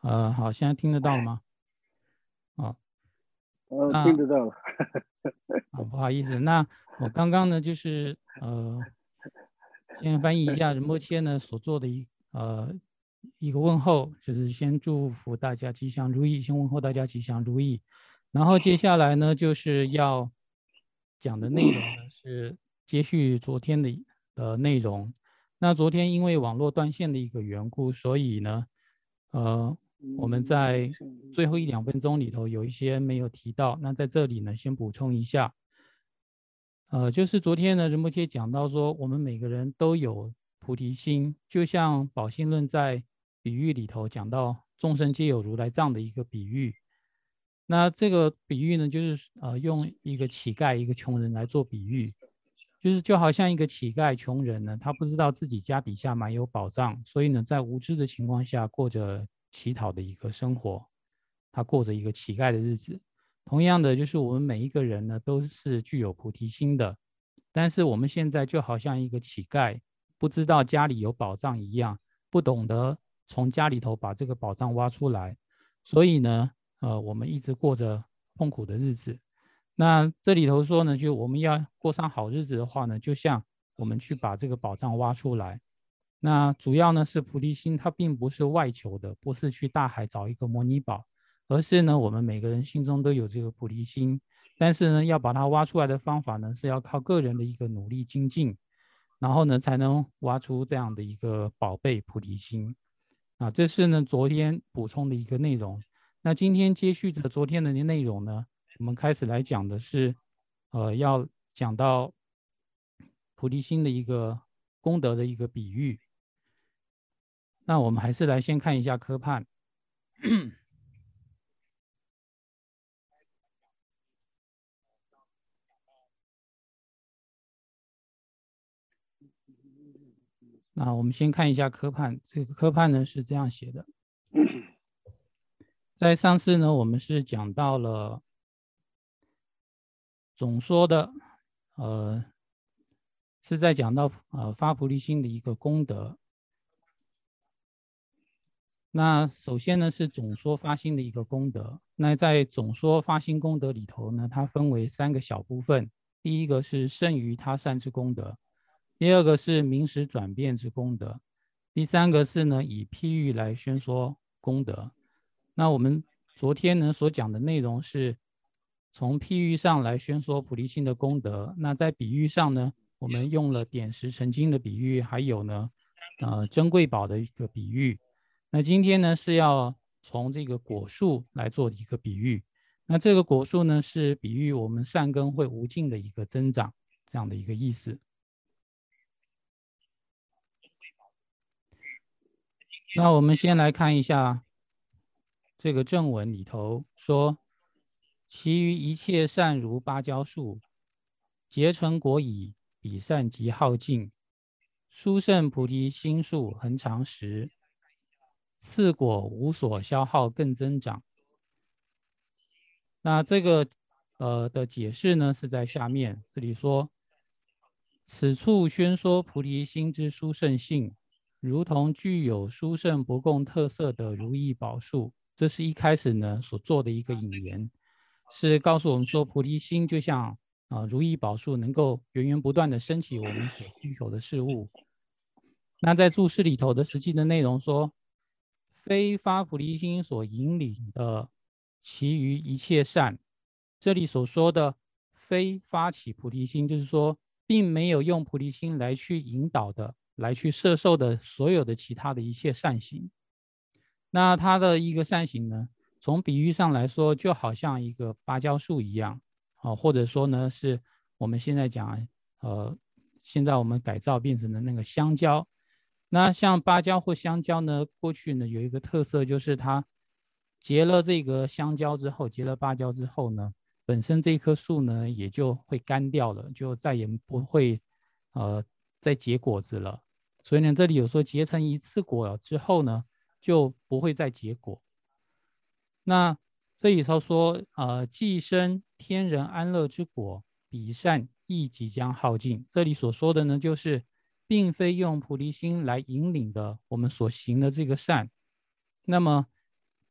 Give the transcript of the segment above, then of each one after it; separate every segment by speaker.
Speaker 1: 好，现在听得到了吗？哦，那
Speaker 2: 听得到了。
Speaker 1: 不好意思，那我刚刚呢，就是先翻译一下仁波切呢所做的一个问候，就是先祝福大家吉祥如意，先问候大家吉祥如意。然后接下来呢，就是要讲的内容呢是接续昨天的内容。那昨天因为网络断线的一个缘故，所以呢，我们在最后1-2分钟里头有一些没有提到，那在这里呢先补充一下。就是昨天呢，仁波切讲到说，我们每个人都有菩提心，就像宝心论在比喻里头讲到众生皆有如来藏的一个比喻。那这个比喻呢，就是用一个乞丐、一个穷人来做比喻，就好像一个乞丐、穷人呢，他不知道自己家底下埋有宝藏，所以呢，在无知的情况下过着乞讨的一个生活，他过着一个乞丐的日子。同样的，就是我们每一个人呢，都是具有菩提心的，但是我们现在就好像一个乞丐，不知道家里有宝藏一样，不懂得从家里头把这个宝藏挖出来，所以呢，我们一直过着痛苦的日子。那这里头说呢，就我们要过上好日子的话呢，就像我们去把这个宝藏挖出来。那主要呢是菩提心，它并不是外求的，不是去大海找一个摩尼宝，而是呢我们每个人心中都有这个菩提心，但是呢要把它挖出来的方法呢是要靠个人的一个努力精进，然后呢才能挖出这样的一个宝贝菩提心。这是呢昨天补充的一个内容。那今天接续着昨天的内容呢，我们开始来讲的是，要讲到菩提心的一个功德的一个比喻。那我们还是来先看一下科判。那我们先看一下科判，这个科判呢是这样写的。在上次呢，我们是讲到了总说的，是在讲到发菩提心的一个功德。那首先呢是总说发心的一个功德。那在总说发心功德里头呢，它分为3个小部分。第一个是胜于他善之功德，第二个是名实转变之功德，第三个是呢以譬喻来宣说功德。那我们昨天呢所讲的内容是从譬喻上来宣说菩提心的功德。那在比喻上呢，我们用了点石成金的比喻，还有呢珍贵宝的一个比喻。那今天呢是要从这个果树来做一个比喻。那这个果树呢是比喻我们善根会无尽的一个增长，这样的一个意思。那我们先来看一下这个正文里头说，其余一切善如芭蕉树，结成果矣，彼善即耗尽。殊胜菩提心树恒长时，次果无所消耗，更增长。那这个的解释呢是在下面，这里说，此处宣说菩提心之殊胜性，如同具有殊胜不共特色的如意宝树。这是一开始呢所做的一个引言，是告诉我们说菩提心就像如意宝树，能够源源不断的升起我们所需求的事物。那在注释里头的实际的内容说，非发菩提心所引领的其余一切善，这里所说的非发起菩提心，就是说并没有用菩提心来去引导的，来去摄受的所有的其他的一切善行。那它的一个善行呢，从比喻上来说，就好像一个芭蕉树一样，或者说呢，是我们现在讲，现在我们改造变成的那个香蕉。那像芭蕉或香蕉呢，过去呢有一个特色，就是它结了这个香蕉之后，结了芭蕉之后呢，本身这棵树呢也就会干掉了，就再也不会再结果子了。所以呢，这里有说结成一次果之后呢，就不会再结果。那这里头说，既生天人安乐之果，彼善亦即将耗尽。这里所说的呢，就是并非用菩提心来引领的我们所行的这个善，那么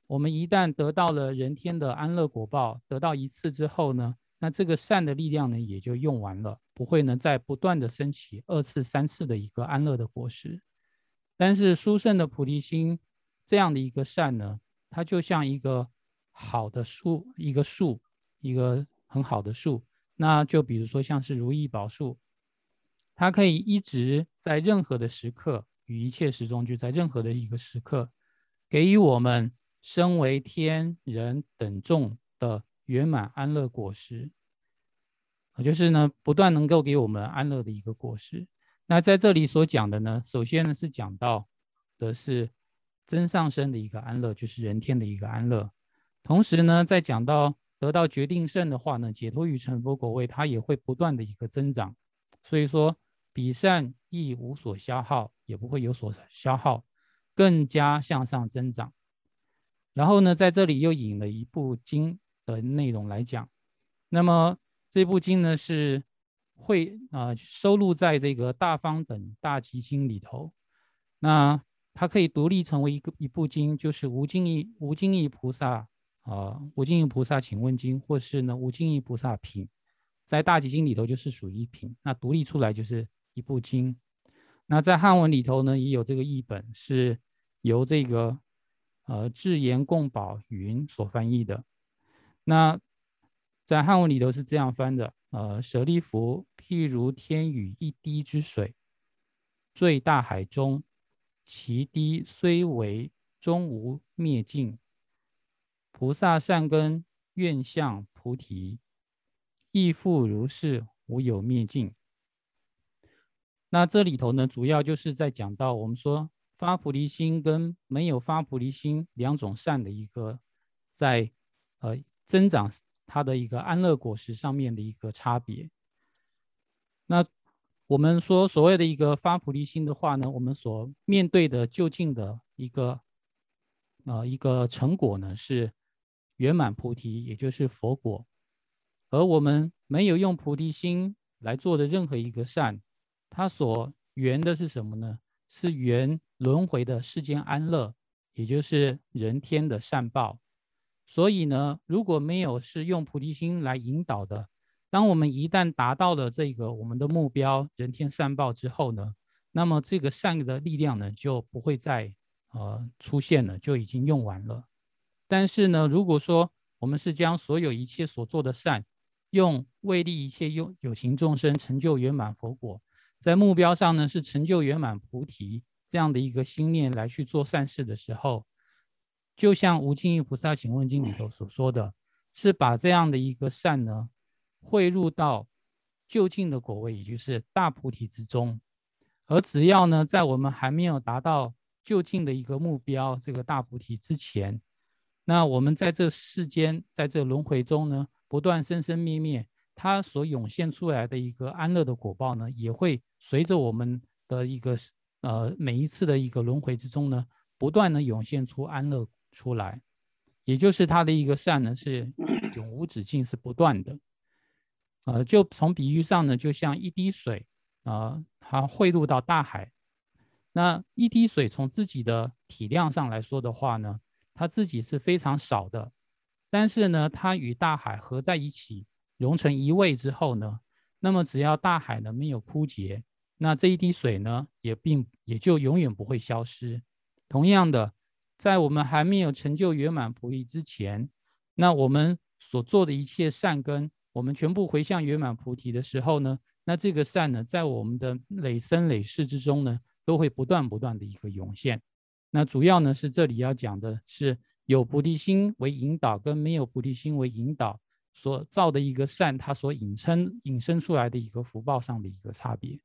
Speaker 1: 我们一旦得到了人天的安乐果报，得到一次之后呢，那这个善的力量呢也就用完了，不会呢再不断的升起2次、3次的一个安乐的果实。但是殊胜的菩提心这样的一个善呢，它就像一个好的树，一个很好的树。那就比如说像是如意宝树，它可以一直在任何的时刻，与一切时中就在任何的一个时刻，给予我们身为天人等众的圆满安乐果实，就是呢不断能够给我们安乐的一个果实。那在这里所讲的呢，首先呢是讲到的是真上身的一个安乐，就是人天的一个安乐。同时呢，在讲到得到决定胜的话呢，解脱于成佛果位，它也会不断的一个增长。所以说，彼善亦无所消耗，也不会有所消耗，更加向上增长。然后呢，在这里又引了一部经的内容来讲。那么这部经呢是收录在这个大方等大集经里头。那它可以独立成为一部经，就是无尽意菩萨无尽意菩萨请问经，或是呢无尽意菩萨品，在大集经里头就是属于一品，那独立出来就是一部经。那在汉文里头呢也有这个译本，是由这个智言供宝云所翻译的。那在汉文里头是这样翻的：舍利弗，譬如天雨一滴之水，坠大海中，其滴虽微，终无灭尽。菩萨善根愿向菩提，亦复如是，无有灭尽。那这里头呢，主要就是在讲到我们说发菩提心跟没有发菩提心两种善的一个在增长它的一个安乐果实上面的一个差别。那我们说所谓的一个发菩提心的话呢，我们所面对的究竟的一个成果呢是圆满菩提，也就是佛果。而我们没有用菩提心来做的任何一个善，它所圆的是什么呢？是圆轮回的世间安乐，也就是人天的善报。所以呢，如果没有是用菩提心来引导的，当我们一旦达到了这个我们的目标人天善报之后呢，那么这个善的力量呢就不会再出现了，就已经用完了。但是呢，如果说我们是将所有一切所做的善，用为利一切有情众生成就圆满佛果，在目标上呢是成就圆满菩提这样的一个心念来去做善事的时候，就像无尽意菩萨请问经里头所说的，是把这样的一个善呢汇入到究竟的果位，也就是大菩提之中。而只要呢在我们还没有达到究竟的一个目标，这个大菩提之前，那我们在这世间，在这轮回中呢，不断生生灭灭，它所涌现出来的一个安乐的果报呢，也会随着我们的一个每一次的一个轮回之中呢，不断的涌现出安乐出来，也就是它的一个善呢是永无止境，是不断的。就从比喻上呢，就像一滴水它汇入到大海，那一滴水从自己的体量上来说的话呢，它自己是非常少的，但是呢，它与大海合在一起，融成一味之后呢，那么只要大海呢没有枯竭，那这一滴水呢也就永远不会消失。同样的，在我们还没有成就圆满菩提之前，那我们所做的一切善根，我们全部回向圆满菩提的时候呢，那这个善呢，在我们的累生累世之中呢，都会不断的一个涌现。那主要呢是这里要讲的是有菩提心为引导，跟没有菩提心为引导所造的一个善，它所引申出来的一个福报上的一个差别。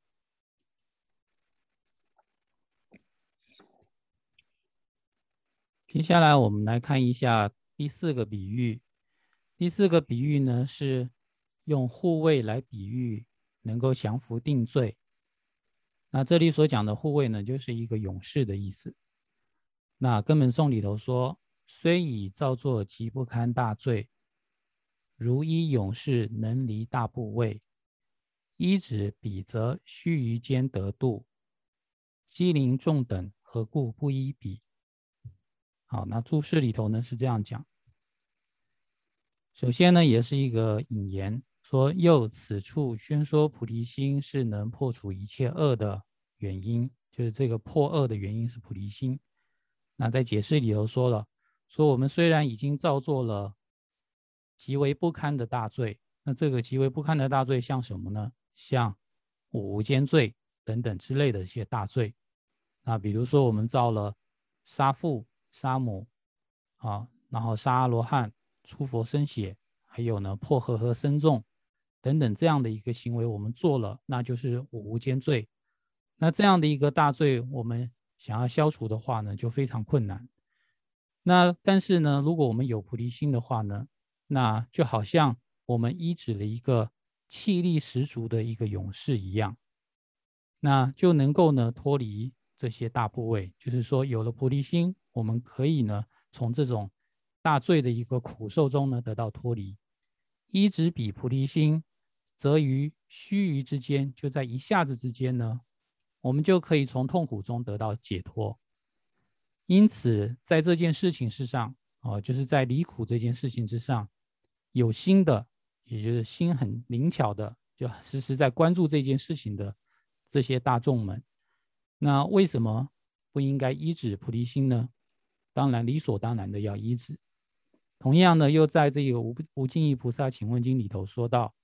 Speaker 1: 接下来我们来看一下第4个比喻。第4个比喻呢是用护卫来比喻能够降伏定罪。那这里所讲的护卫呢，就是一个勇士的意思。那根本颂里头说，虽已造作极不堪大罪，如依勇士能离大部位，依止彼则须臾间得度，机灵众等何故不依彼？ 好，那注释里头呢是这样讲。首先呢，也是一个引言，说又此处宣说菩提心是能破除一切恶的原因，就是这个破恶的原因是菩提心。那在解释里头说了，说我们虽然已经造作了极为不堪的大罪，那这个极为不堪的大罪像什么呢？像五无间罪等等之类的一些大罪。那比如说我们造了杀父、杀母啊，然后杀阿罗汉、出佛身血，还有呢破和合僧众等等这样的一个行为，我们做了，那就是五无间罪。那这样的一个大罪，我们想要消除的话呢，就非常困难。那但是呢，如果我们有菩提心的话呢，那就好像我们依止了一个气力十足的一个勇士一样，那就能够呢脱离这些大部位。就是说，有了菩提心，我们可以呢从这种大罪的一个苦受中呢得到脱离。依止彼菩提心，则于须臾之间，就在一下子之间呢，我们就可以从痛苦中得到解脱。因此，在这件事情之上，就是在离苦这件事情之上，有心的，也就是心很灵巧的，就时时在关注这件事情的这些大众们，那为什么不应该依止菩提心呢？当然，理所当然的要依止。同样呢，又在这个无尽意菩萨请问经里头说到，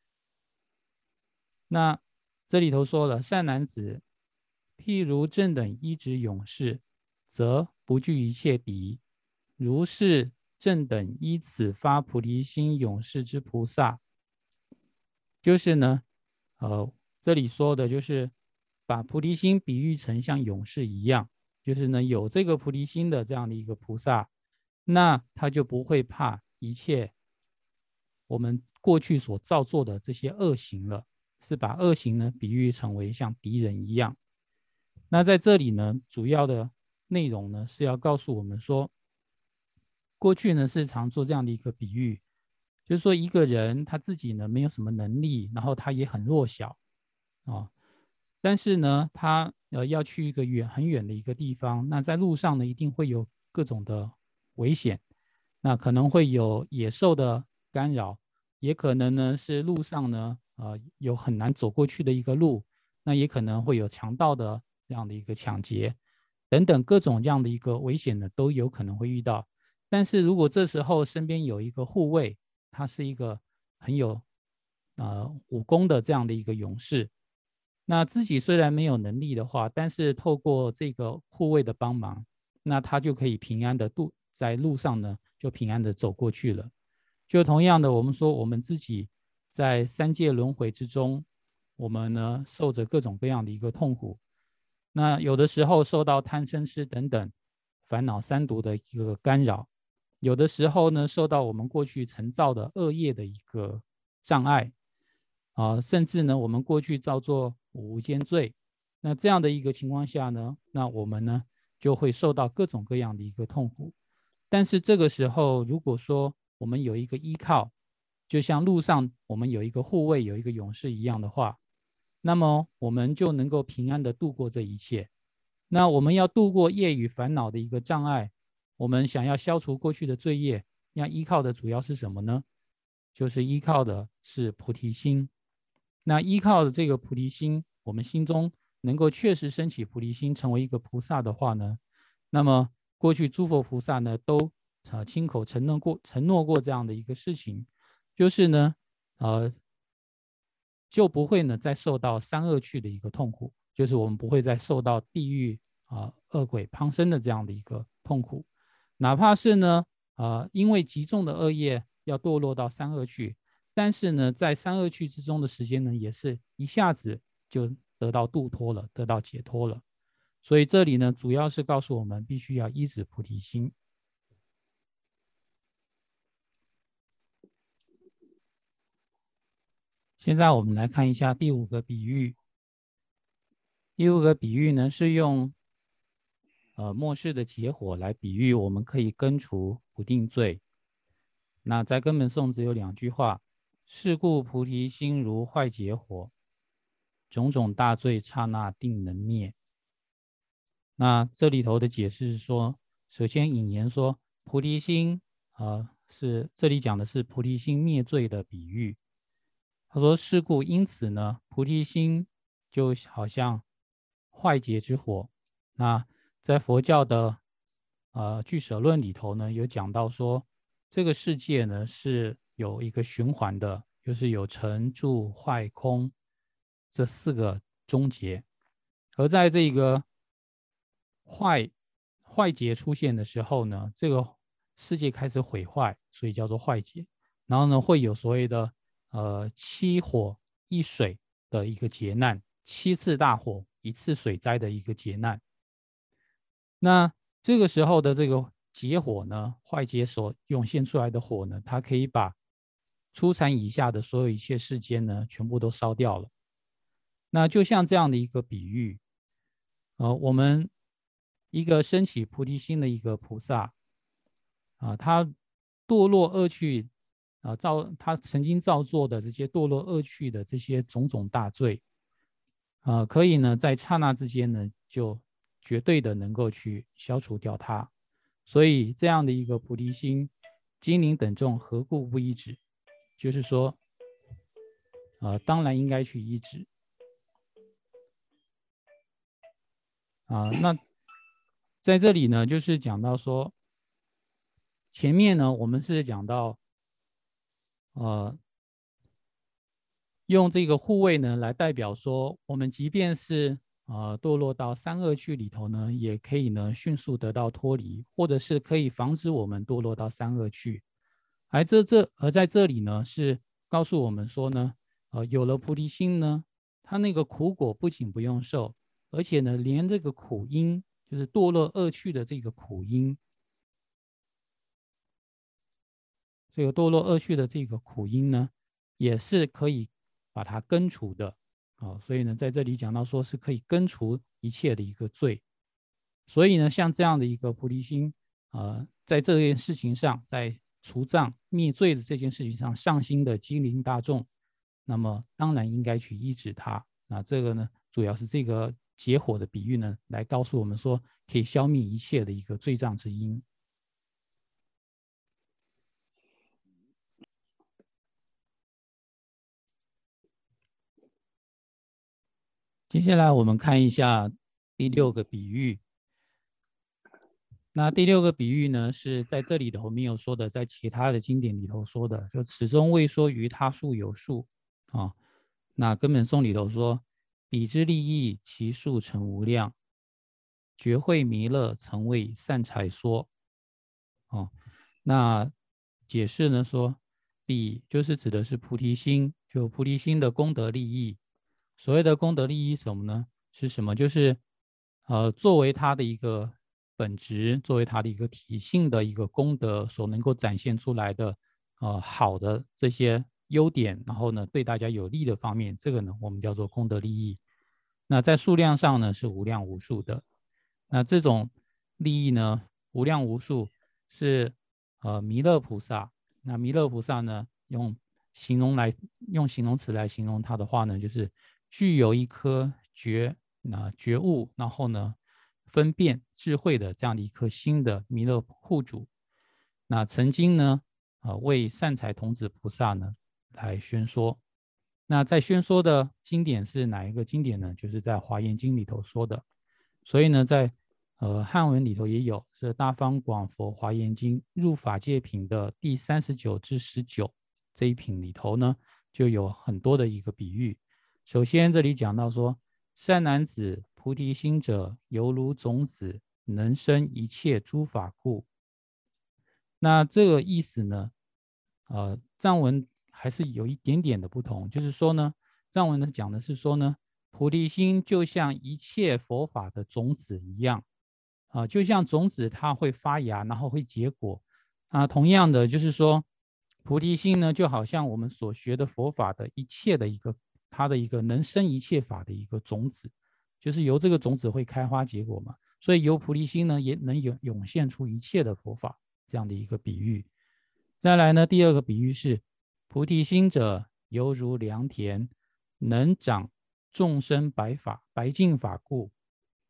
Speaker 1: 那这里头说了，善男子，譬如正等依止勇士，则不惧一切敌。如是正等依此发菩提心勇士之菩萨，就是呢，这里说的就是把菩提心比喻成像勇士一样，就是呢有这个菩提心的这样的一个菩萨，那他就不会怕一切我们过去所造作的这些恶行了，是把恶行呢比喻成为像敌人一样。那在这里呢，主要的内容呢是要告诉我们说，过去呢是常做这样的一个比喻，就是说一个人他自己呢没有什么能力，然后他也很弱小啊，但是呢他要去一个很远的一个地方，那在路上呢一定会有各种的危险，那可能会有野兽的干扰，也可能呢是路上呢有很难走过去的一个路，那也可能会有强盗的这样的一个抢劫等等各种这样的一个危险呢都有可能会遇到。但是如果这时候身边有一个护卫，他是一个很有武功的这样的一个勇士，那自己虽然没有能力的话，但是透过这个护卫的帮忙，那他就可以平安的在路上呢就平安的走过去了。就同样的，我们说我们自己在三界轮回之中，我们呢受着各种各样的一个痛苦，那有的时候受到贪嗔痴等等烦恼三毒的一个干扰，有的时候呢受到我们过去曾造的恶业的一个障碍甚至呢我们过去造作五无间罪，那这样的一个情况下呢，那我们呢就会受到各种各样的一个痛苦。但是这个时候，如果说我们有一个依靠，就像路上我们有一个护卫、有一个勇士一样的话，那么我们就能够平安的度过这一切。那我们要度过业与烦恼的一个障碍，我们想要消除过去的罪业，要依靠的主要是什么呢？就是依靠的是菩提心。那依靠的这个菩提心，我们心中能够确实升起菩提心，成为一个菩萨的话呢，那么过去诸佛菩萨呢都亲口承诺过这样的一个事情，就是呢，就不会呢再受到三恶趣的一个痛苦，就是我们不会再受到地狱恶鬼旁生的这样的一个痛苦，哪怕是呢因为极重的恶业要堕落到三恶趣，但是呢在三恶趣之中的时间呢也是一下子就得到度脱了，得到解脱了。所以这里呢主要是告诉我们必须要依止菩提心。现在我们来看一下第五个比喻。第五个比喻呢是用末世的劫火来比喻我们可以根除不定罪。那在根本颂只有2句话：是故菩提心如坏劫火，种种大罪刹那定能灭。那这里头的解释是说， 首先引言说，菩提心是这里讲的是菩提心灭罪的比喻。他说，是故因此呢，菩提心就好像坏劫之火。那在佛教的俱舍论里头呢，有讲到说，这个世界呢是有一个循环的，就是有成住坏空这4个终结。而在这个坏劫出现的时候呢，这个世界开始毁坏，所以叫做坏劫。然后呢，会有所谓的7火1水的一个劫难，7次大火1次水灾的一个劫难。那这个时候的这个劫火呢，坏劫所涌现出来的火呢，它可以把初禅以下的所有一切世间呢，全部都烧掉了。那就像这样的一个比喻，我们一个升起菩提心的一个菩萨他堕落恶趣他曾经造作的这些堕落恶趣的这些种种大罪可以呢在刹那之间呢就绝对的能够去消除掉它。所以这样的一个菩提心，精灵等众何故不依止？就是说当然应该去依止那在这里呢就是讲到说，前面呢我们是讲到用这个护卫呢来代表说，我们即便是堕落到3恶趣里头呢，也可以呢迅速得到脱离，或者是可以防止我们堕落到3恶趣。而在这里呢，是告诉我们说呢，有了菩提心呢，他那个苦果不仅不用受，而且呢，连这个苦因，就是堕落恶趣的这个苦因，这个堕落恶趣的这个苦因呢，也是可以把它根除的。所以呢，在这里讲到说是可以根除一切的一个罪。所以呢，像这样的一个菩提心，在这件事情上，在除障灭罪的这件事情上，上心的精灵大众，那么当然应该去医治它。那这个呢，主要是这个结火的比喻呢，来告诉我们说，可以消灭一切的一个罪障之因。接下来我们看一下第6个比喻。那第6个比喻呢，是在这里头没有说的，在其他的经典里头说的，就此中未说于他数有数那根本颂里头说，彼之利益，其数成无量，觉慧弥勒曾为善财说。那解释呢说，彼就是指的是菩提心，就菩提心的功德利益。所谓的功德利益什么呢？是什么？就是作为它的一个本质，作为它的一个体性的一个功德所能够展现出来的好的这些优点，然后呢对大家有利的方面，这个呢我们叫做功德利益。那在数量上呢是无量无数的。那这种利益呢无量无数是弥勒菩萨。那弥勒菩萨呢用形容词来形容他的话呢，就是具有一颗觉悟，然后呢分辨智慧的这样的一颗心的弥勒护主。那曾经呢为善财童子菩萨呢来宣说。那在宣说的经典是哪一个经典呢？就是在华严经里头说的。所以呢在汉文里头也有，是大方广佛华严经入法界品的第39至19这一品里头呢，就有很多的一个比喻。首先这里讲到说，善男子，菩提心者，犹如种子，能生一切诸法故。那这个意思呢藏文还是有一点点的不同，就是说呢，藏文呢讲的是说呢，菩提心就像一切佛法的种子一样就像种子它会发芽，然后会结果同样的就是说，菩提心呢就好像我们所学的佛法的一切的一个它的一个能生一切法的一个种子，就是由这个种子会开花结果嘛，所以由菩提心呢也能涌现出一切的佛法，这样的一个比喻。再来呢，第2个比喻是菩提心者，犹如良田，能长众生白净法故。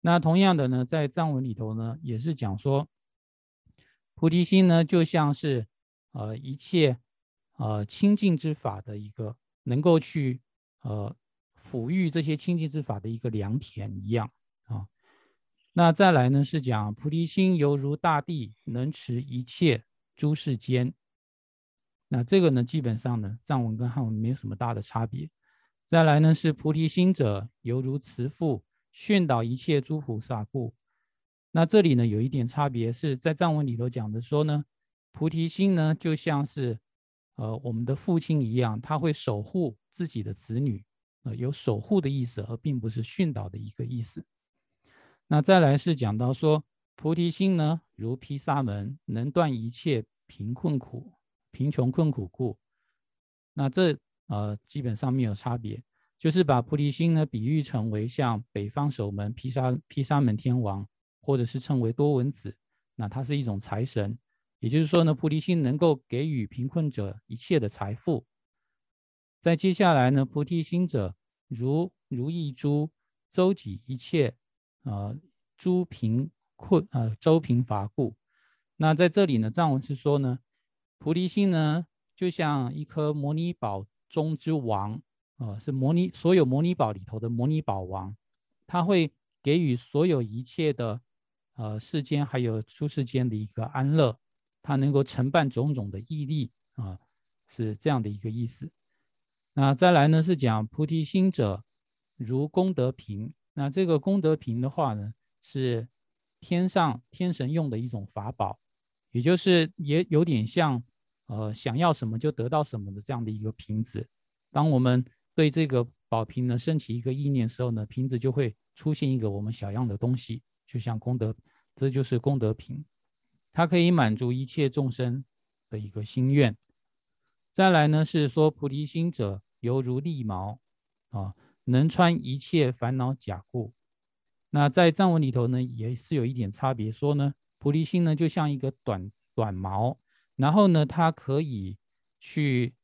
Speaker 1: 那同样的呢，在藏文里头呢，也是讲说，菩提心呢就像是一切清净之法的一个能够去抚育这些清净之法的一个良田一样啊。那再来呢是讲菩提心犹如大地，能持一切诸世间。那这个呢，基本上呢，藏文跟汉文没有什么大的差别。再来呢是菩提心者，犹如慈父，训导一切诸菩萨故。那这里呢有一点差别，是在藏文里头讲的说呢，菩提心呢就像是我们的父亲一样，他会守护自己的子女，有守护的意思，而并不是训导的一个意思。那再来是讲到说，菩提心呢如毗沙门，能断一切贫穷困苦故。那这基本上没有差别，就是把菩提心呢比喻成为像北方守门毗沙门天王，或者是称为多闻子，那它是一种财神。也就是说呢，菩提心能够给予贫困者一切的财富。再接下来呢，菩提心者如意珠，周济一切周贫乏故。那在这里呢，藏文是说呢，菩提心呢就像一颗摩尼宝中之王，是所有摩尼宝里头的摩尼宝王，他会给予所有一切的世间还有出世间的一个安乐，他能够承办种种的毅力是这样的一个意思。那再来呢是讲菩提心者如功德瓶。那这个功德瓶的话呢，是天神用的一种法宝，也就是也有点像想要什么就得到什么的这样的一个瓶子。当我们对这个宝瓶呢升起一个意念的时候呢，瓶子就会出现一个我们想要的东西，就像这就是功德瓶，它可以满足一切众生的一个心愿。再来呢是说菩提心者犹如利矛能穿一切烦恼甲故。那在藏文里头呢也是有一点差别，说呢菩提心呢就像一个短矛，然后呢它可以去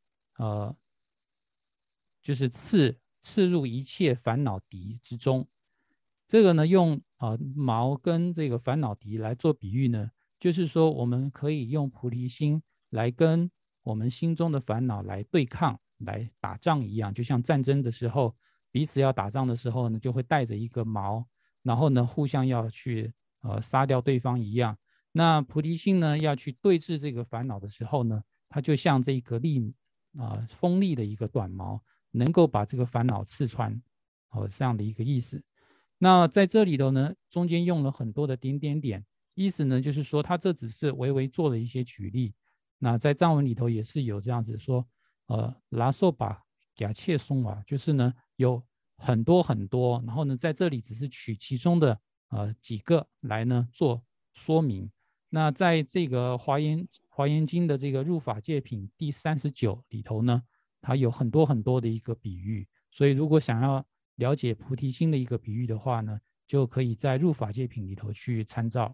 Speaker 1: 就是刺入一切烦恼敌之中。这个呢用矛跟这个烦恼敌来做比喻呢，就是说我们可以用菩提心来跟我们心中的烦恼来对抗，来打仗一样，就像战争的时候，彼此要打仗的时候呢，就会带着一个矛，然后呢互相要去杀掉对方一样。那菩提心呢要去对峙这个烦恼的时候呢，它就像这个锋利的一个短矛，能够把这个烦恼刺穿，这样的一个意思。那在这里头呢，中间用了很多的点点点，意思呢就是说，它这只是微微做了一些举例。那在藏文里头也是有这样子说，拉受把雅切松瓦，就是呢有很多很多，然后呢在这里只是取其中的几个来呢做说明。那在这个华严经的这个入法界品第39里头呢，它有很多很多的一个比喻，所以如果想要了解菩提心的一个比喻的话呢，就可以在入法界品里头去参照。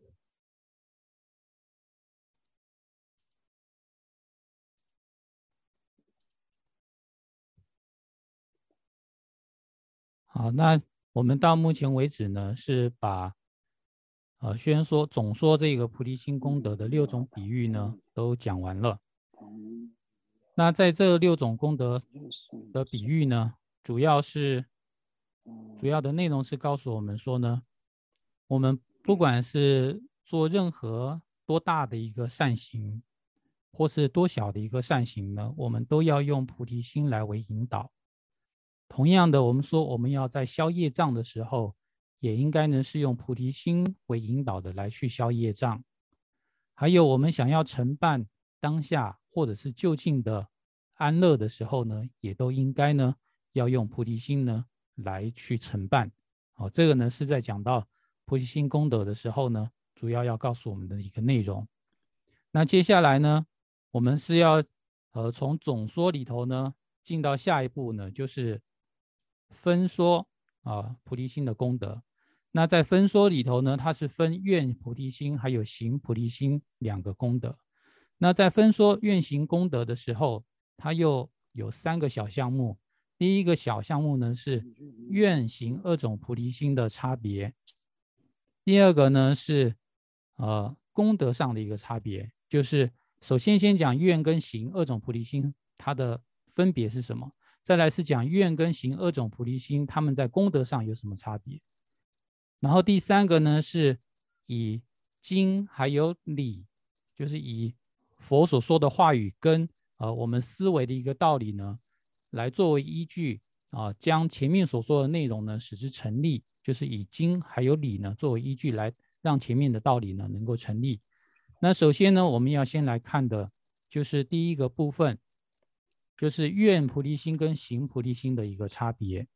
Speaker 1: 好，那我们到目前为止呢，是把总说这个菩提心功德的6种比喻呢，都讲完了。那在这6种功德的比喻呢，主要的内容是告诉我们说呢，我们不管是做任何多大的一个善行，或是多小的一个善行呢，我们都要用菩提心来为引导。同样的，我们说我们要在消业障的时候，也应该呢是用菩提心为引导的来去消业障。还有我们想要承办当下或者是就近的安乐的时候呢，也都应该呢要用菩提心呢来去承办。这个呢是在讲到菩提心功德的时候呢，主要告诉我们的一个内容。那接下来呢，我们是要从总说里头呢进到下一步呢，就是分说菩提心的功德。那在分说里头呢，它是分愿菩提心还有行菩提心2个功德。那在分说愿行功德的时候，它又有3个小项目。第一个小项目呢是愿行2种菩提心的差别。 第二个呢是功德上的一个差别，就是首先先讲愿跟行二种菩提心它的分别是什么，再来是讲愿跟行二种菩提心它们在功德上有什么差别，然后第三个呢是以经还有理，就是以佛所说的话语跟我们思维的一个道理呢来作为依据将前面所说的内容呢使之成立，就是以经还有理呢作为依据来让前面的道理呢能够成立。那首先呢我们要先来看的就是第一个部分，就是愿菩提心跟行菩提心的一个差别。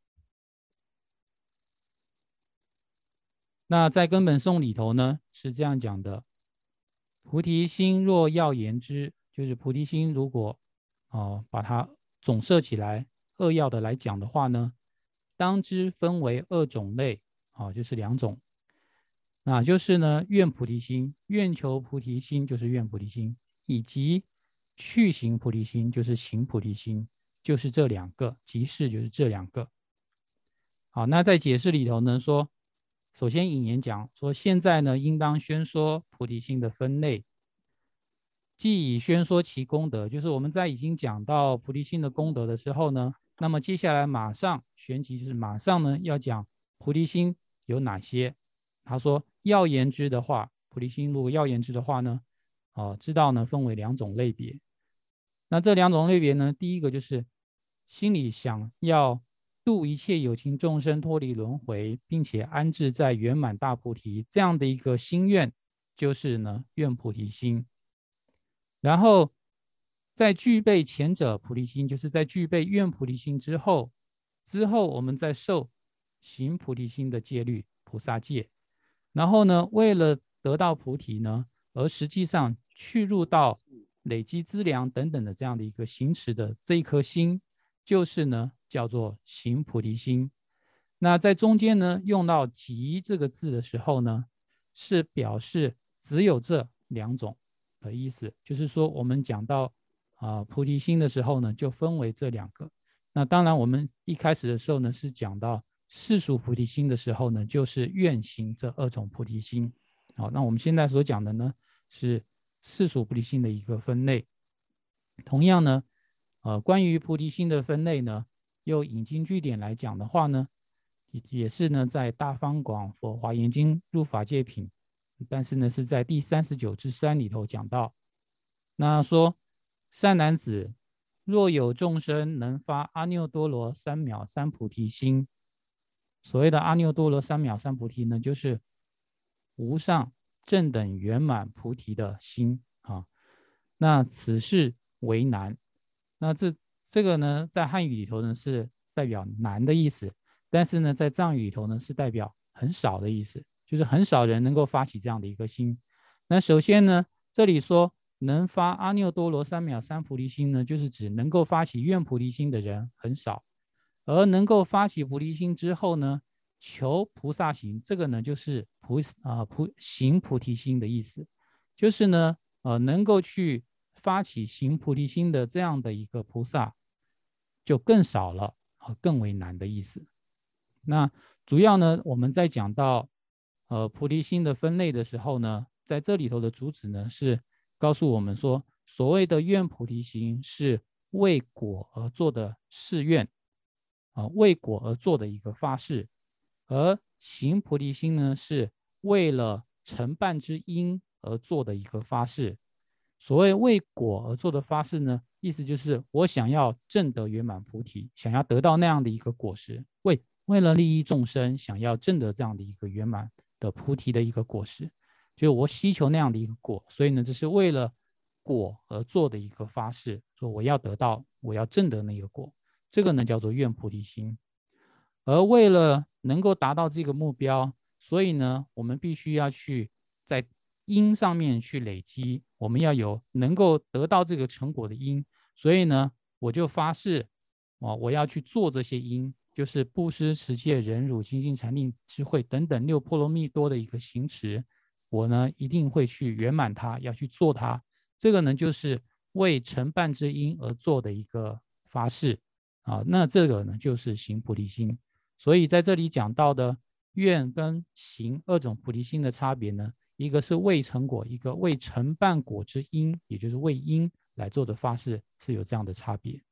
Speaker 1: 那在根本颂里头呢是这样讲的，菩提心若要言之，就是菩提心如果把它总摄起来扼要的来讲的话呢，当知分为二种类，就是两种，那就是呢愿菩提心，愿求菩提心就是愿菩提心，以及去行菩提心就是行菩提心，就是这两个，即是就是这两个。好，那在解释里头呢说，首先引言讲说，现在呢应当宣说菩提心的分类，既已宣说其功德，就是我们在已经讲到菩提心的功德的时候呢，那么接下来马上旋即就是马上呢要讲菩提心有哪些。他说要言之的话，菩提心如果要言之的话呢，知道呢分为两种类别。那这两种类别呢，第一个就是心里想要度一切有情众生脱离轮回，并且安置在圆满大菩提这样的一个心愿，就是呢愿菩提心。然后在具备前者菩提心，就是在具备愿菩提心之后我们再受行菩提心的戒律菩萨戒。然后呢，为了得到菩提呢，而实际上去入到累积资粮等等的这样的一个行持的这一颗心，就是呢叫做行菩提心。那在中间呢，用到集这个字的时候呢，是表示只有这两种的意思，就是说我们讲到菩提心的时候呢，就分为这两个。那当然，我们一开始的时候呢，是讲到世俗菩提心的时候呢，就是愿行这二种菩提心。好，那我们现在所讲的呢，是世俗菩提心的一个分类。同样呢，关于菩提心的分类呢，又引经据典来讲的话呢，也是呢在《大方广佛华严经·入法界品》，但是呢是在第39之3里头讲到，那说善男子，若有众生能发阿耨多罗三藐三菩提心，所谓的阿耨多罗三藐三菩提呢，就是无上正等圆满菩提的心啊。那此事为难，那这个呢，在汉语里头呢是代表难的意思，但是呢，在藏语里头呢是代表很少的意思，就是很少人能够发起这样的一个心。那首先呢，这里说能发阿耨多罗三藐三菩提心呢，就是指能够发起愿菩提心的人很少，而能够发起菩提心之后呢，求菩萨行，这个呢就是行菩提心的意思，就是呢能够去发起行菩提心的这样的一个菩萨就更少了，更为难的意思。那主要呢，我们在讲到菩提心的分类的时候呢，在这里头的主旨呢是告诉我们说，所谓的愿菩提心是为果而做的誓愿，为果而做的一个发誓，而行菩提心呢是为了成办之因而做的一个发誓。所谓为果而做的发誓呢，意思就是我想要证得圆满菩提，想要得到那样的一个果实，为了利益众生，想要证得这样的一个圆满的菩提的一个果实，就是我希求那样的一个果，所以呢，这是为了果而做的一个发誓，说我要得到，我要证得那个果，这个呢叫做愿菩提心。而为了能够达到这个目标，所以呢，我们必须要去在因上面去累积，我们要有能够得到这个成果的因，所以呢，我就发誓，我要去做这些因，就是布施、持戒、忍辱、精进、禅定、智慧等等6波罗蜜多的一个行持，我呢一定会去圆满它，要去做它。这个呢，就是为成办之因而做的一个发誓啊。那这个呢，就是行菩提心。所以在这里讲到的愿跟行二种菩提心的差别呢，一个是未成果，一个未成办果之因，也就是为因来做的发誓是有这样的差别。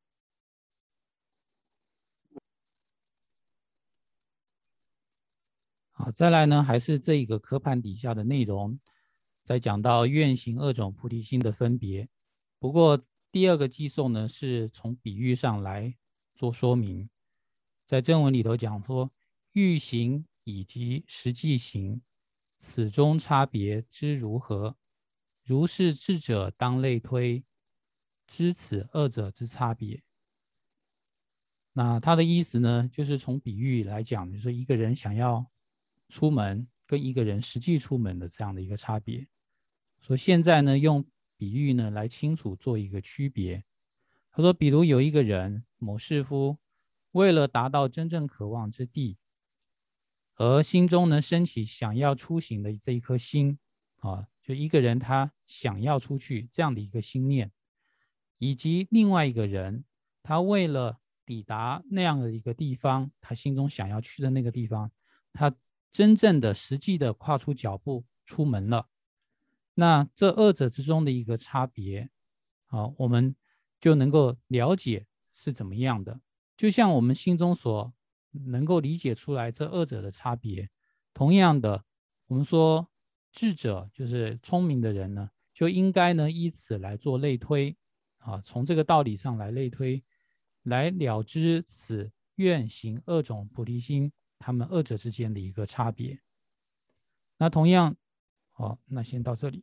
Speaker 1: 好，再来呢，还是这一个科盘底下的内容，再讲到愿行二种菩提心的分别。不过第二个偈颂呢，是从比喻上来做说明。在正文里头讲说，欲行以及实际行，此中差别之如何？如是智者当类推，知此二者之差别。那他的意思呢，就是从比喻来讲，就是一个人想要出门，跟一个人实际出门的这样的一个差别。所以现在呢，用比喻呢来清楚做一个区别。他说，比如有一个人，某士夫，为了达到真正渴望之地，而心中呢升起想要出行的这一颗心啊，就一个人他想要出去这样的一个心念，以及另外一个人，他为了抵达那样的一个地方，他心中想要去的那个地方，他真正的实际的跨出脚步出门了。那这二者之中的一个差别，我们就能够了解是怎么样的。就像我们心中所能够理解出来这二者的差别，同样的，我们说智者就是聪明的人呢，就应该呢依此来做类推，从这个道理上来类推，来了知此愿行二种菩提心，他们二者之间的一个差别。那同样，那先到这里。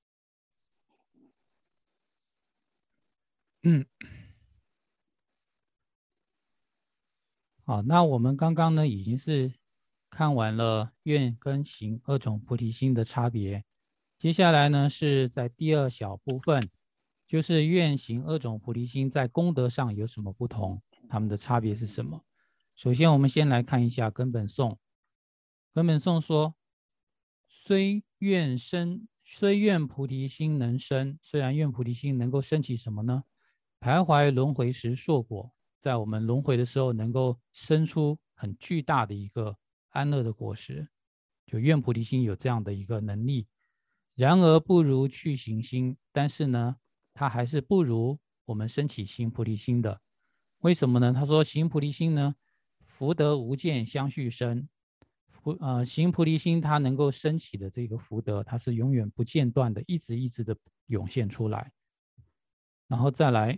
Speaker 1: 好，那我们刚刚呢已经是看完了愿跟行二种菩提心的差别，接下来呢是在第二小部分，就是愿行二种菩提心在功德上有什么不同，它们的差别是什么？首先，我们先来看一下根本颂。根本颂说：虽愿菩提心能生，虽然愿菩提心能够升起什么呢？徘徊轮回时硕果，在我们轮回的时候，能够生出很巨大的一个安乐的果实。就愿菩提心有这样的一个能力，然而不如去行心，但是呢，它还是不如我们升起行菩提心的。为什么呢？他说行菩提心呢，福德无间相续生。行菩提心，它能够升起的这个福德，它是永远不间断的，一直一直的涌现出来。然后再来，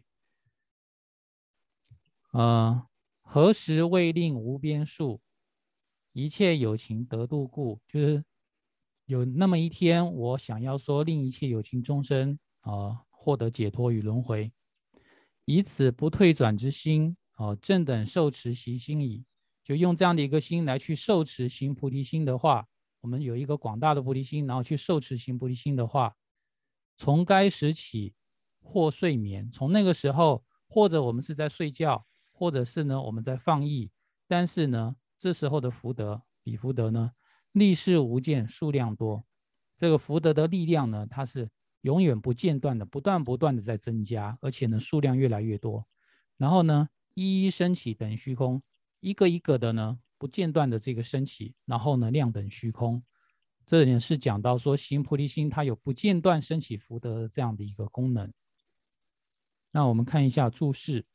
Speaker 1: 何时未令无边数，一切有情得度故，就是有那么一天，我想要说令一切有情众生获得解脱与轮回，以此不退转之心，正等受持习心矣。就用这样的一个心来去受持行菩提心的话，我们有一个广大的菩提心，然后去受持行菩提心的话，从该时起或睡眠，从那个时候，或者我们是在睡觉，或者是呢我们在放逸，但是呢这时候的福德比福德呢力士无间，数量多。这个福德的力量呢，它是永远不间断的，不断的在增加，而且呢数量越来越多。然后呢一一升起等虚空，一个一个的呢不间断的这个升起，然后呢量等虚空。这里是讲到说行菩提心它有不间断升起福德的这样的一个功能。那我们看一下注释。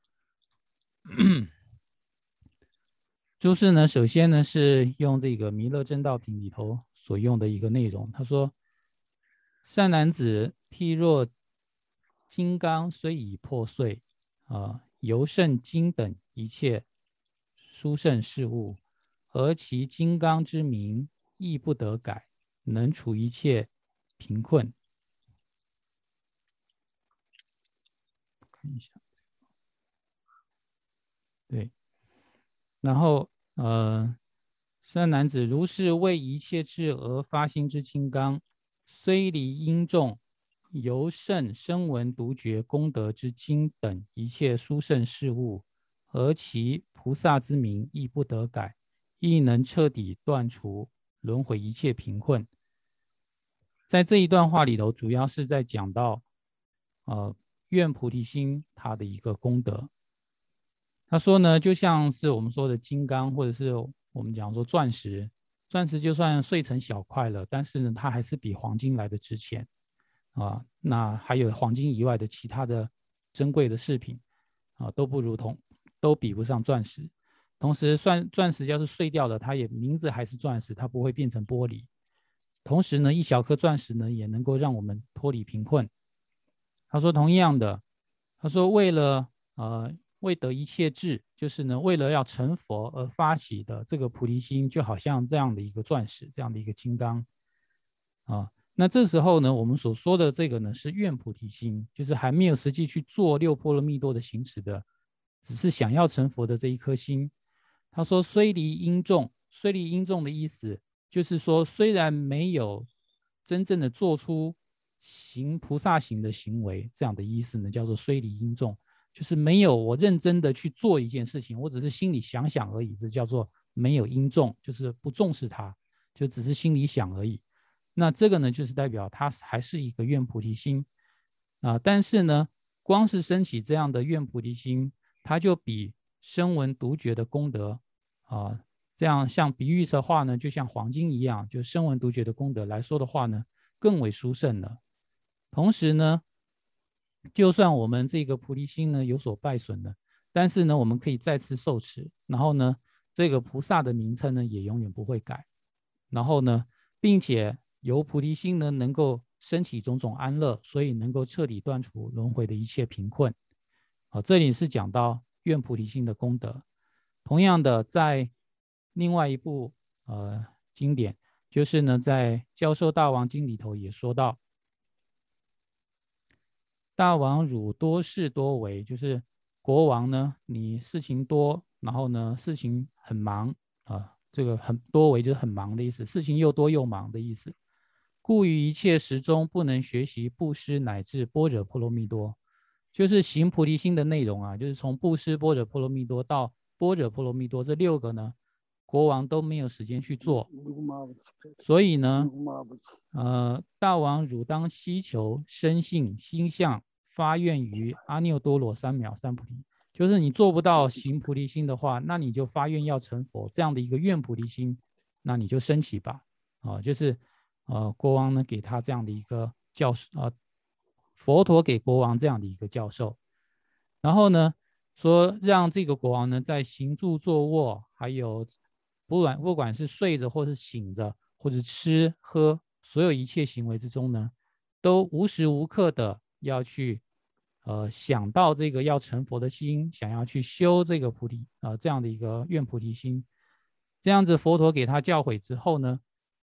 Speaker 1: 注释呢，首先呢是用这个弥勒真道品里头所用的一个内容。他说：善男子，譬若金刚虽已破碎，犹胜金等一切殊胜事物，而其金刚之名亦不得改，能处一切贫困。看一下，对，然后善男子，如是为一切智而发心之金刚，虽离因众，犹胜声闻独觉功德之经等一切殊胜事物，而其菩萨之名亦不得改，亦能彻底断除轮回一切贫困。在这一段话里头，主要是在讲到愿菩提心它的一个功德。他说呢，就像是我们说的金刚，或者是我们讲说钻石，钻石就算碎成小块了，但是呢，它还是比黄金来的值钱啊。那还有黄金以外的其他的珍贵的饰品啊，都比不上钻石。同时，钻石要是碎掉了，它也名字还是钻石，它不会变成玻璃。同时呢，一小颗钻石呢，也能够让我们脱离贫困。他说，同样的，他说为得一切智，就是呢，为了要成佛而发起的这个菩提心，就好像这样的一个钻石，这样的一个金刚啊。那这时候呢，我们所说的这个呢，是愿菩提心，就是还没有实际去做六波罗蜜多的行持的，只是想要成佛的这一颗心。他说，虽离因重，虽离因重的意思就是说，虽然没有真正的做出行菩萨行的行为，这样的意思呢，叫做虽离因重。就是没有我认真的去做一件事情，我只是心里想想而已，这叫做没有因重，就是不重视它，就只是心里想而已。那这个呢，就是代表他还是一个愿菩提心啊。但是呢，光是升起这样的愿菩提心，它就比声闻独觉的功德啊，这样像比喻的话呢，就像黄金一样，就声闻独觉的功德来说的话呢，更为殊胜了。同时呢，就算我们这个菩提心呢有所败损了，但是呢，我们可以再次受持，然后呢，这个菩萨的名称呢也永远不会改，然后呢，并且由菩提心呢能够升起种种安乐，所以能够彻底断除轮回的一切贫困。好，这里是讲到愿菩提心的功德。同样的，在另外一部经典，就是呢在《教授大王经》里头也说到。大王汝多事多为，就是国王呢，你事情多，然后呢事情很忙啊，这个很多为就是很忙的意思，事情又多又忙的意思。故于一切时中不能学习布施乃至般若波罗蜜多，就是行菩提心的内容啊，就是从布施、般若波罗蜜多到般若波罗蜜多这6个呢，国王都没有时间去做，所以呢，大王汝当希求生信心相发愿于阿耨多罗三藐三菩提，就是你做不到行菩提心的话，那你就发愿要成佛这样的一个愿菩提心，那你就升起吧。就是国王呢给他这样的一个教授佛陀给国王这样的一个教授，然后呢说让这个国王呢在行住坐卧，还有不管是睡着或是醒着，或者吃喝，所有一切行为之中呢，都无时无刻的要去想到这个要成佛的心，想要去修这个菩提这样的一个愿菩提心。这样子佛陀给他教诲之后呢，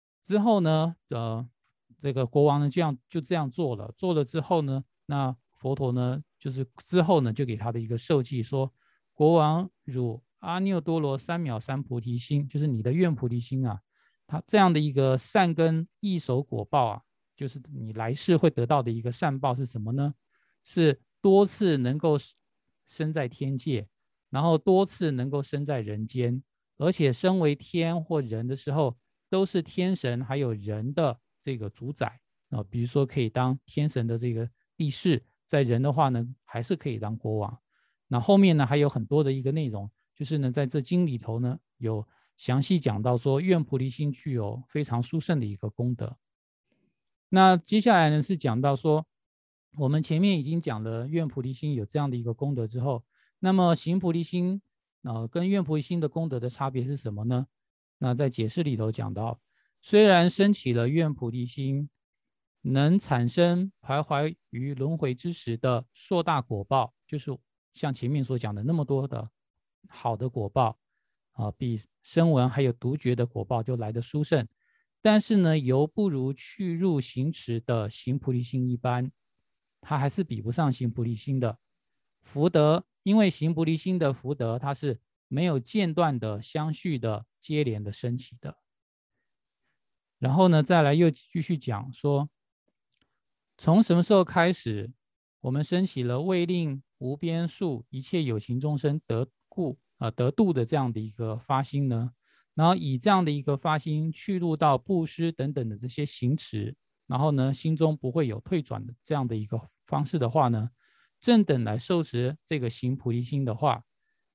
Speaker 1: 这个国王呢就这样做了，做了之后呢，那佛陀呢就是之后呢就给他的一个授记说，国王汝阿耨多罗三藐三菩提心，就是你的愿菩提心啊，它这样的一个善根异熟果报啊，就是你来世会得到的一个善报是什么呢？是多次能够生在天界，然后多次能够生在人间，而且身为天或人的时候，都是天神还有人的这个主宰啊。比如说可以当天神的这个帝释，在人的话呢，还是可以当国王。那后面呢还有很多的一个内容，就是呢在这经里头呢有详细讲到说，愿菩提心具有非常殊胜的一个功德。那接下来呢是讲到说，我们前面已经讲了愿菩提心有这样的一个功德之后，那么行菩提心跟愿菩提心的功德的差别是什么呢？那在解释里头讲到，虽然升起了愿菩提心，能产生徘徊于轮回之时的硕大果报，就是像前面所讲的那么多的好的果报比声闻还有独觉的果报就来得殊胜。但是呢，犹不如去入行持的行菩提心一般，它还是比不上行菩提心的福德，因为行菩提心的福德，它是没有间断的、相续的、接连的升起的。然后呢，再来又继续讲说，从什么时候开始，我们升起了为令无边数一切有情众生得度的这样的一个发心呢？然后以这样的一个发心去入到布施等等的这些行持，然后呢，心中不会有退转的这样的一个方式的话呢，正等来受持这个行菩提心的话，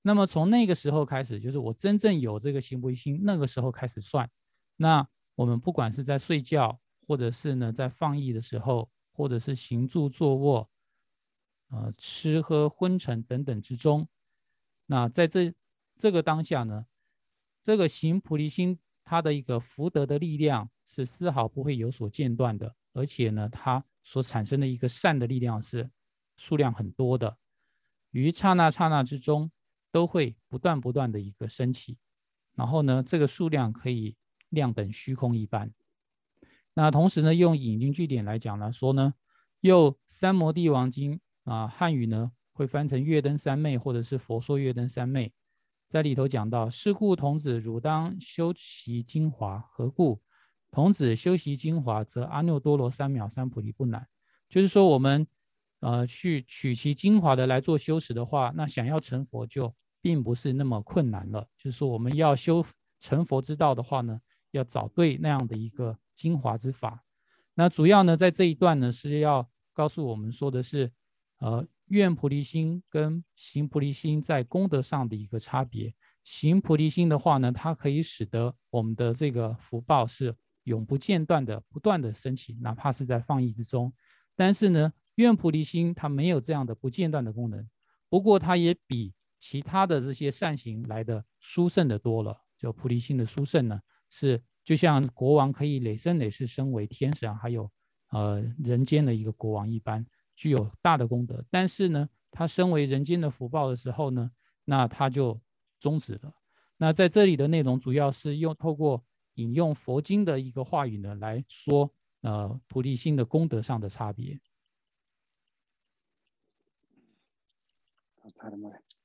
Speaker 1: 那么从那个时候开始，就是我真正有这个行菩提心，那个时候开始算。那我们不管是在睡觉，或者是呢在放逸的时候，或者是行住坐卧，吃喝昏沉等等之中，那在这个当下呢，这个行菩提心它的一个福德的力量是丝毫不会有所间断的，而且呢，它所产生的一个善的力量是数量很多的，于刹那刹那之中都会不断的一个升起，然后呢，这个数量可以量等虚空一般。那同时呢，用引经据典来讲来说呢，又三摩地王经汉语呢会翻成月灯三昧，或者是佛说月灯三昧，在里头讲到：是故童子汝当修习精华，何故？童子修习精华，则阿耨多罗三藐三菩提不难。就是说，我们去取其精华的来做修持的话，那想要成佛就并不是那么困难了。就是说，我们要修成佛之道的话呢，要找对那样的一个精华之法。那主要呢，在这一段呢，是要告诉我们说的是，愿菩提心跟行菩提心在功德上的一个差别。行菩提心的话呢，它可以使得我们的这个福报是永不间断的、不断的升起，哪怕是在放逸之中。但是呢，愿菩提心它没有这样的不间断的功能，不过它也比其他的这些善行来的殊胜的多了。就菩提心的殊胜呢，是就像国王可以累生累世升为天神，还有人间的一个国王一般，具有大的功德。但是呢，他身为人间的福报的时候呢，那他就终止了。那在这里的内容主要是透过引用佛经的一个话语呢来说，菩提心的功德上的差别。